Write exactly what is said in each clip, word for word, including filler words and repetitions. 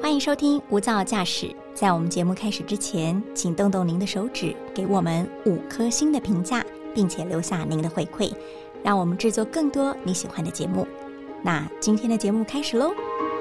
欢迎收听无噪驾驶。在我们节目开始之前，请动动您的手指，给我们五颗星的评价，并且留下您的回馈，让我们制作更多你喜欢的节目。那今天的节目开始咯。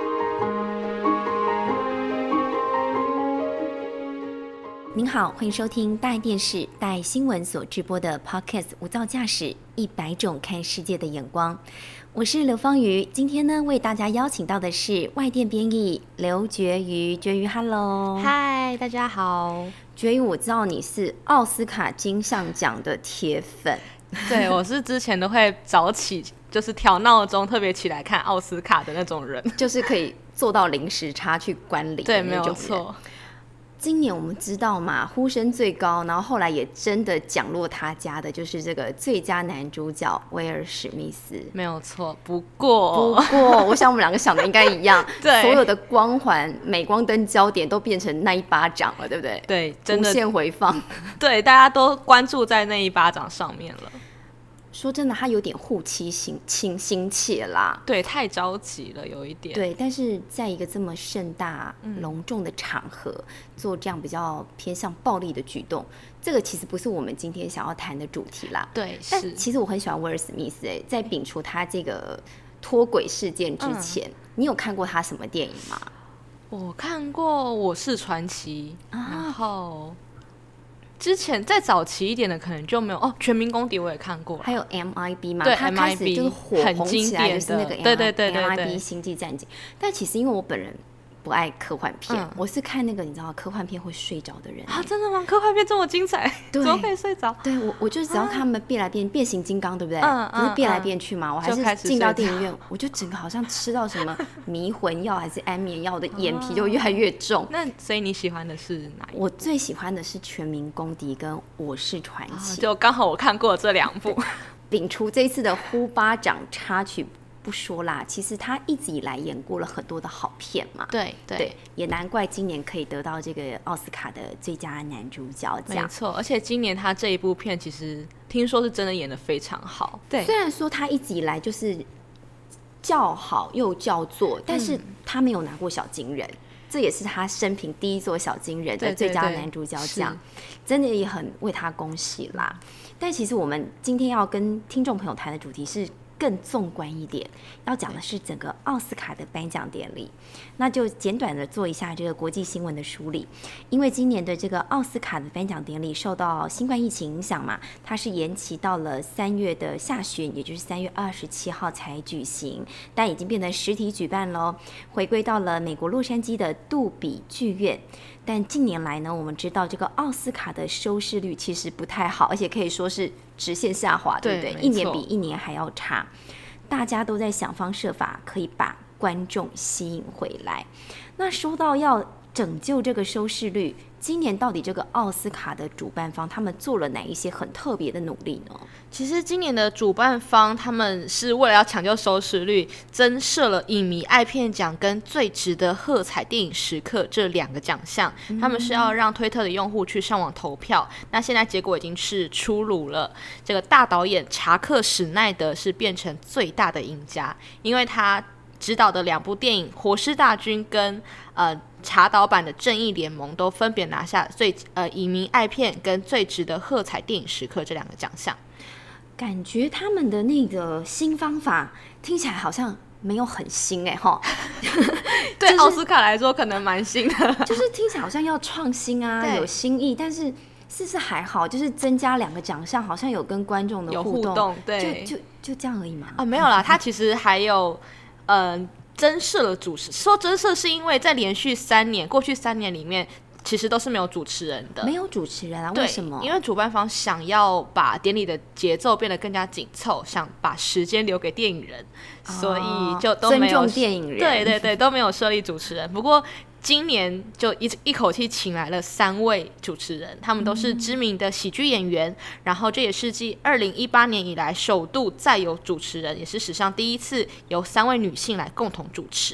您好，欢迎收听大爱电视、大爱新闻所直播的 Podcast 无噪驾驶一百种看世界的眼光。我是刘芳瑜，今天呢为大家邀请到的是外电编译刘觉瑜。觉瑜 ，Hello， 嗨，大家好。 觉瑜，我知道你是奥斯卡金像奖的铁粉。 对，我是之前都会早起，就是调闹钟，特别起来看奥斯卡的那种人， 就是可以做到零时差去观礼的那种人。 对，没有错。 今年我们知道嘛，呼声最高，然后后来也真的奖落他家的，就是这个最佳男主角威尔史密斯。 没有错，不过不过，我想我们两个想的应该一样， 对， 所有的光环、镁光灯焦点都变成那一巴掌了，对不对？ 对，真的无限回放。 对，大家都关注在那一巴掌上面了。 说真的，他有点护妻心亲心切啦， 对，太着急了，有一点。 对，但是在一个这么盛大、隆重的场合、嗯、做这样比较偏向暴力的举动，这个其实不是我们今天想要谈的主题啦。 对， 但是。 其实我很喜欢威尔史密斯，哎，在摒除他这个脱轨事件之前、嗯，你有看过他什么电影吗？ 我看过《我是传奇》啊，然后。之前再早期一点的可能就没有哦，《全民公敌》我也看过， 还有 M I B 嘛， 对， 他开始就是火红起来就是那个 M I B 对对对对 M I B 星际战警。但其实因为我本人不爱科幻片、嗯，我是看那个你知道科幻片会睡着的人啊，真的吗？科幻片这么精彩，怎么可以睡着？ 对，我我就只要看他们变来变、啊、变形金刚，对不对？嗯不是变来变去嘛、嗯，我还是进到电影院，我就整个好像吃到什么迷魂药还是安眠药，我的眼皮就越来越重。 那所以你喜欢的是哪一部？ 我最喜欢的是《全民公敌》跟《我是传奇》， 啊、就刚好我看过这两部。 摒除这一次的呼巴掌插曲不说啦，其实他一直以来演过了很多的好片嘛， 对 对, 对，也难怪今年可以得到这个奥斯卡的最佳男主角奖。 没错，而且今年他这一部片其实听说是真的演得非常好。对， 虽然说他一直以来就是叫好又叫座，但是他没有拿过小金人、嗯、这也是他生平第一座小金人的最佳男主角奖，真的也很为他恭喜啦。但其实我们今天要跟听众朋友谈的主题是更纵观一点，要讲的是整个奥斯卡的颁奖典礼。那就简短的做一下这个国际新闻的梳理。因为今年的这个奥斯卡的颁奖典礼受到新冠疫情影响嘛，它是延期到了三月的下旬，也就是三月二十七号才举行，但已经变成实体举办咯，回归到了美国洛杉矶的杜比剧院。但近年来呢，我们知道这个奥斯卡的收视率其实不太好，而且可以说是直线下滑， 对, 对不对？一年比一年还要差，大家都在想方设法可以把观众吸引回来。那说到要拯救这个收视率，今年到底这个奥斯卡的主办方他们做了哪一些很特别的努力呢？ 其实今年的主办方他们是为了要抢救收视率，增设了影迷爱片奖跟最值得喝彩电影时刻这两个奖项、嗯、他们是要让推特的用户去上网投票。那现在结果已经是出炉了，这个大导演查克史奈德是变成最大的赢家，因为他执导的两部电影《活尸大军》跟呃查导版的《正义联盟》都分别拿下最呃影迷爱片跟最值得喝彩电影时刻这两个奖项。 感觉他们的那个新方法听起来好像没有很新哎、欸、齁对、就是、奥斯卡来说可能蛮新的， 就是听起来好像要创新啊，有新意，但是是不是还好，就是增加两个奖项，好像有跟观众的互动， 有互动，对， 就就就这样而已嘛。 啊，没有啦，他其实还有呃增设了主持，说增设是因为在连续三年，过去三年里面。其实都是没有主持人的， 没有主持人啊？为什么？ 因为主办方想要把典礼的节奏变得更加紧凑，想把时间留给电影人，哦、所以就都没有尊重电影人。 对对对，都没有设立主持人。不过今年就 一, 一口气请来了三位主持人，他们都是知名的喜剧演员、嗯、然后这也是继二零一八年以来首度再有主持人，也是史上第一次由三位女性来共同主持。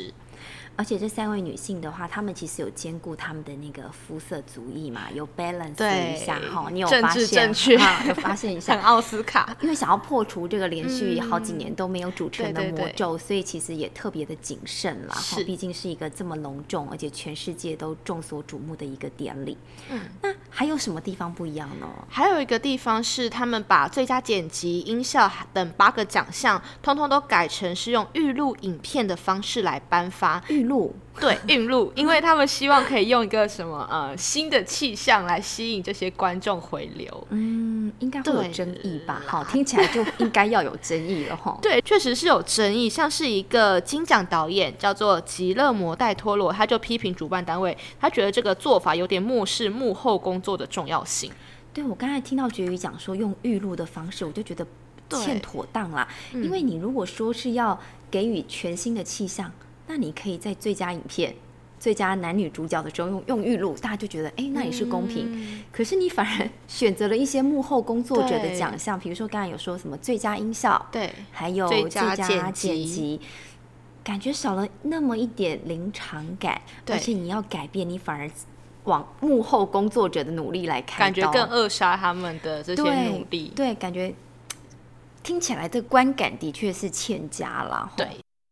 而且这三位女性的话，她们其实有兼顾她们的那个肤色族裔嘛，有 balance 一下哈。你有发现？ 政治正确、 啊、有发现一下？ 很奥斯卡， 因为想要破除这个连续好几年都没有主持人的魔咒， 嗯、对对对， 所以其实也特别的谨慎啦。哈，毕竟是一个这么隆重，而且全世界都众所瞩目的一个典礼。嗯，那还有什么地方不一样呢？ 还有一个地方是他们把最佳剪辑、音效等八个奖项，通通都改成是用预录影片的方式来颁发。 预录， 对，预录，因为他们希望可以用一个什么呃新的气象来吸引这些观众回流。 嗯，应该会有争议吧？好，听起来就应该要有争议了哈。 对，确实是有争议，像是一个金奖导演叫做吉勒摩戴托罗，他就批评主办单位，他觉得这个做法有点漠视幕后工作的重要性。 对，我刚才听到绝瑜讲说用预录的方式，我就觉得欠妥当啦。因为你如果说是要给予全新的气象，那你可以在最佳影片、最佳男女主角的时候用用预录，大家就觉得哎，那也是公平。嗯、可是你反而选择了一些幕后工作者的奖项，比如说刚才有说什么最佳音效， 对， 还有最佳剪辑。感觉少了那么一点临场感，而且你要改变，你反而往幕后工作者的努力来看， 感觉更扼杀他们的这些努力。 对，对，感觉听起来这观感的确是欠佳啦。 对。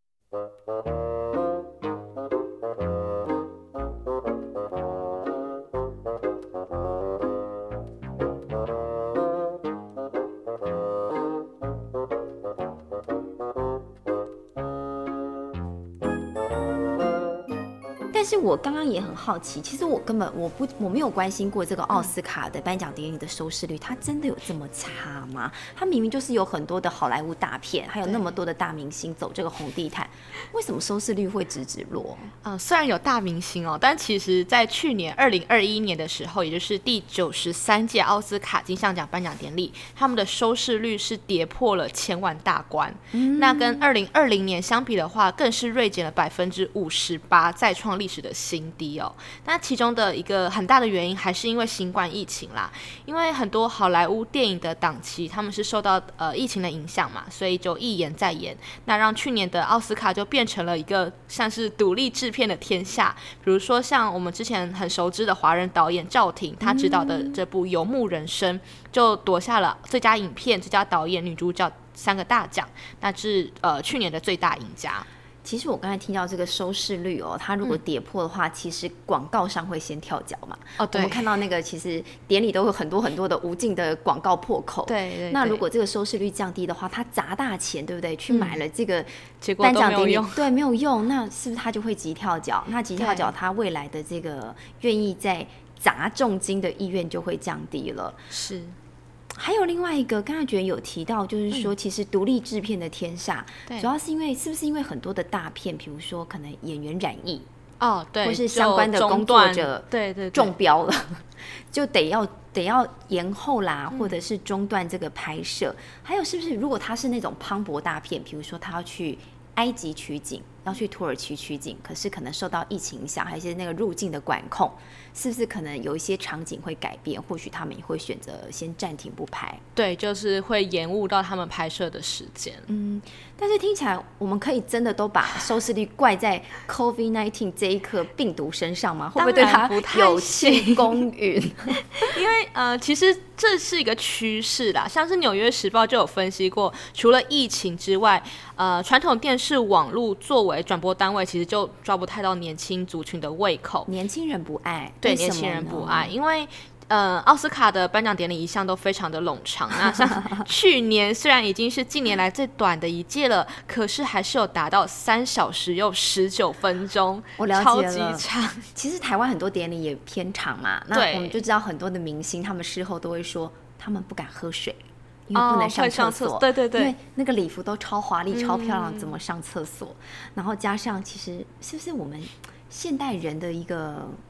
但是我刚刚也很好奇，其实我根本我不我没有关心过这个奥斯卡的颁奖典礼的收视率，它真的有这么差吗？它明明就是有很多的好莱坞大片，还有那么多的大明星走这个红地毯，为什么收视率会直直落？ 嗯，虽然有大明星哦，但其实在去年二零二一年的时候，也就是第九十三届奥斯卡金像奖颁奖典礼，他们的收视率是跌破了千万大关。嗯、那跟二零二零年相比的话，更是锐减了百分之五十八，再创历史的新低哦。那其中的一个很大的原因还是因为新冠疫情啦，因为很多好莱坞电影的档期他们是受到呃疫情的影响嘛，所以就一延再延，那让去年的奥斯卡就变成了一个像是独立制片的天下。比如说像我们之前很熟知的华人导演赵婷，他执导的这部《游牧人生》就夺下了最佳影片、最佳导演、女主角三个大奖，那是呃去年的最大赢家。 其实我刚才听到这个收视率哦，它如果跌破的话，嗯、其实广告商会先跳脚嘛。 哦，对。 我们看到那个其实典礼都有很多很多的无尽的广告破口。 对 对, 对。 那如果这个收视率降低的话，他砸大钱，对不对？去买了这个颁奖典礼， 嗯、 对，没有用，那是不是他就会急跳脚？那急跳脚，他未来的这个愿意再砸重金的意愿就会降低了。 是。 还有另外一个，刚才觉得有提到，就是说，其实独立制片的天下，嗯、主要是因为是不是因为很多的大片，比如说可能演员染疫， 哦，对， 或是相关的工作者， 对对中标了，就得要得要延后啦，嗯、或者是中断这个拍摄。还有是不是如果他是那种磅礴大片，比如说他要去埃及取景，要去土耳其取景，可是可能受到疫情影响，还有一些那个入境的管控，是不是可能有一些场景会改变？或许他们也会选择先暂停不拍。 对，就是会延误到他们拍摄的时间。 嗯，但是听起来我们可以真的都把收视率怪在 COVID 十九 这一颗病毒身上吗？会不会对它有欠公允？ 因为呃，其实这是一个趋势啦，像是《纽约时报》就有分析过，除了疫情之外，呃，传统电视网络作为转播单位，其实就抓不太到年轻族群的胃口。 年轻人不爱， 对，年轻人不爱，因为呃，奥斯卡的颁奖典礼一向都非常的冗长。那像去年虽然已经是近年来最短的一届了，可是还是有达到三小时又十九分钟， 我了解了， 超级长。 其实台湾很多典礼也偏长嘛，那我们就知道很多的明星他们事后都会说，他们不敢喝水。因为不能上厕所， 哦、对对对， 因为那个礼服都超华丽、嗯、超漂亮，怎么上厕所？然后加上，其实是不是我们现代人的一个可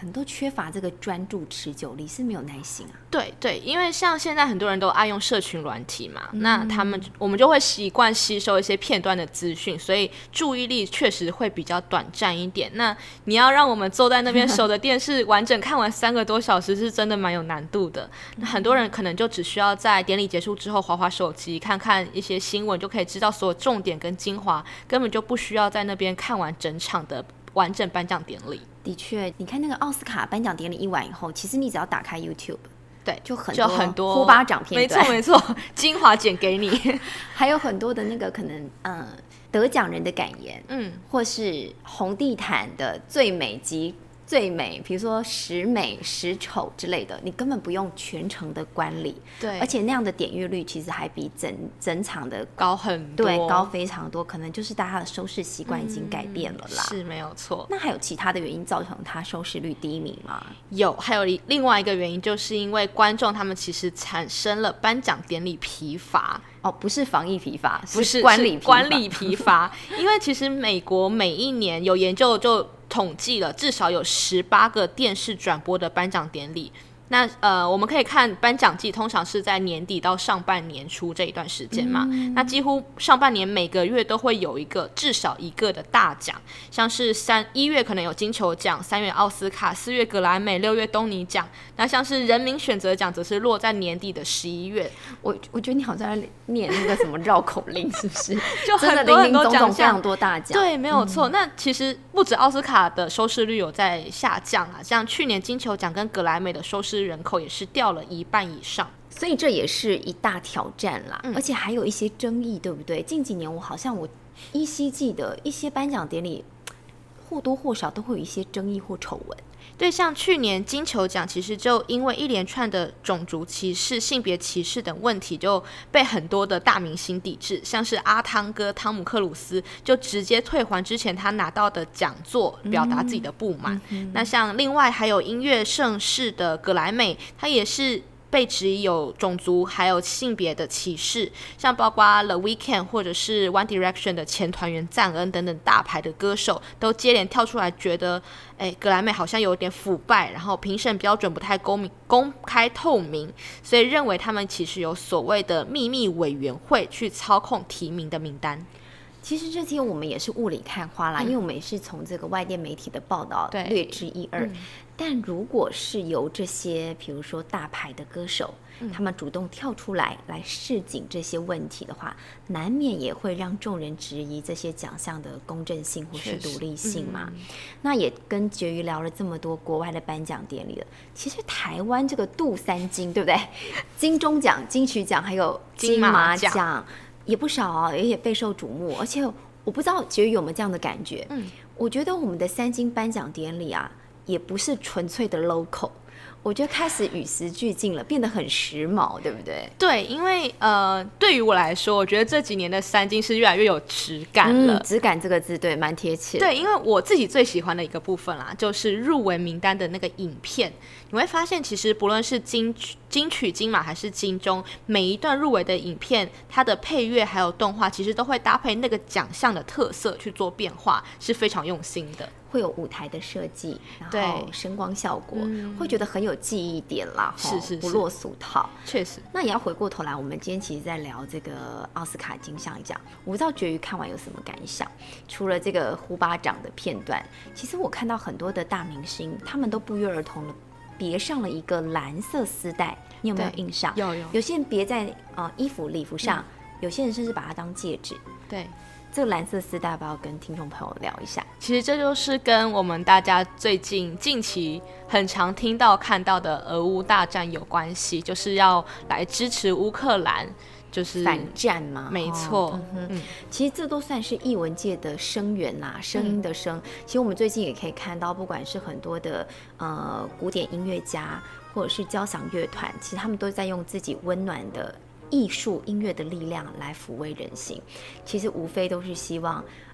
可能都缺乏这个专注持久力，是没有耐心啊。 对对，因为像现在很多人都爱用社群软体嘛，嗯、那他们我们就会习惯吸收一些片段的资讯，所以注意力确实会比较短暂一点。那你要让我们坐在那边守着电视完整看完三个多小时，是真的蛮有难度的。那很多人可能就只需要在典礼结束之后滑滑手机，看看一些新闻，就可以知道所有重点跟精华，根本就不需要在那边看完整场的完整颁奖典礼。 的确，你看那个奥斯卡颁奖典礼一完以后，其实你只要打开 YouTube， 对， 就很多就很多呼巴掌片段， 没错没错，精华剪给你， 还有很多的那个可能嗯得奖人的感言， 嗯， 或是红地毯的最美及最美，比如说十美十丑之类的，你根本不用全程的观礼， 对， 而且那样的点阅率其实还比整整场的高很多， 对，高非常多，可能就是大家的收视习惯已经改变了啦， 嗯、是没有错。 那还有其他的原因造成它收视率低迷吗？ 有，还有另外一个原因，就是因为观众他们其实产生了颁奖典礼疲乏。 哦，不是防疫疲乏， 不是观礼疲乏， 观礼疲乏。因为其实美国每一年有研究就统计了，至少有十八个电视转播的颁奖典礼。那呃，我们可以看颁奖季通常是在年底到上半年初这一段时间嘛、嗯、那几乎上半年每个月都会有一个至少一个的大奖，像是三一月可能有金球奖，三月奥斯卡，四月格莱美，六月东尼奖。那像是人民选择奖则是落在年底的十一月。 我我觉得你好像在念那个什么绕口令，是不是？ 就很多很多奖项， 非常多大奖。 对，没有错、嗯。那其实不止奥斯卡的收视率有在下降啊，像去年金球奖跟格莱美的收视人口也是掉了一半以上， 所以这也是一大挑战啦、嗯、而且还有一些争议，对不对？近几年我好像我依稀记得一些颁奖典礼或多或少都会有一些争议或丑闻。 对，像去年金球奖其实就因为一连串的种族歧视、性别歧视等问题，就被很多的大明星抵制，像是阿汤哥汤姆克鲁斯就直接退还之前他拿到的讲座，表达自己的不满、嗯、那像另外还有音乐盛事的格莱美，他也是被质疑有种族还有性别的歧视，像包括 The Weeknd 或者是 One Direction 的前团员赞恩等等大牌的歌手都接连跳出来觉得诶格莱美好像有点腐败，然后评审标准不太公明公开透明，所以认为他们其实有所谓的秘密委员会去操控提名的名单。 其实这些我们也是雾里看花啦、嗯、因为我们也是从这个外电媒体的报道略知一二、嗯、但如果是由这些比如说大牌的歌手、嗯、他们主动跳出来来示警这些问题的话，难免也会让众人质疑这些奖项的公正性或是独立性嘛、嗯、那也跟婕妤聊了这么多国外的颁奖典礼了，其实台湾这个镀三金对不对？金钟奖、金曲奖还有金马奖也不少啊，也也备受瞩目。而且我不知道婕妤有没有这样的感觉、嗯、我觉得我们的三金颁奖典礼啊也不是纯粹的 local， 我觉得开始与时俱进了，变得很时髦，对不对？ 对，因为呃，对于我来说，我觉得这几年的三金是越来越有质感了。 嗯、质感这个字对，蛮贴切。 对，因为我自己最喜欢的一个部分啦，就是入围名单的那个影片。你会发现，其实不论是金曲、金曲、金马还是金钟，每一段入围的影片，它的配乐还有动画，其实都会搭配那个奖项的特色去做变化，是非常用心的。 会有舞台的设计，然后声光效果、嗯、会觉得很有记忆点啦， 是是是， 不落俗套， 确实。 那也要回过头来，我们今天其实在聊这个奥斯卡金像奖，我不知道婕妤看完有什么感想。除了这个呼巴掌的片段，其实我看到很多的大明星他们都不约而同了别上了一个蓝色丝带，你有没有印象？ 有有。 有些人别在、呃、衣服礼服上、嗯、有些人甚至把它当戒指。 对， 这个蓝色丝带要不要跟听众朋友聊一下？ 其实这就是跟我们大家最近近期很常听到看到的俄乌大战有关系，就是要来支持乌克兰，就是反战嘛， 没错、 哦嗯嗯、其实这都算是艺文界的声援啦，声音的声、嗯、其实我们最近也可以看到，不管是很多的呃古典音乐家或者是交响乐团，其实他们都在用自己温暖的艺术音乐的力量来抚慰人心，其实无非都是希望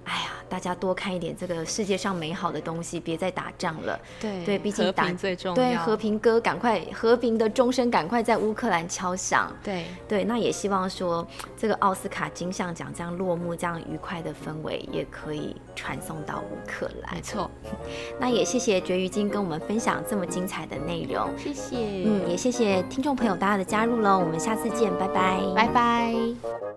哎呀，大家多看一点这个世界上美好的东西，别再打仗了。 对对，毕竟打和平最重要。 对，和平歌赶快，和平的钟声赶快在乌克兰敲响。 对对，那也希望说这个奥斯卡金像奖这样落幕，这样愉快的氛围也可以传送到乌克兰。 没错。 那也谢谢绝鱼金跟我们分享这么精彩的内容。 谢谢。 嗯，也谢谢听众朋友大家的加入喽，我们下次见，拜拜。 拜拜。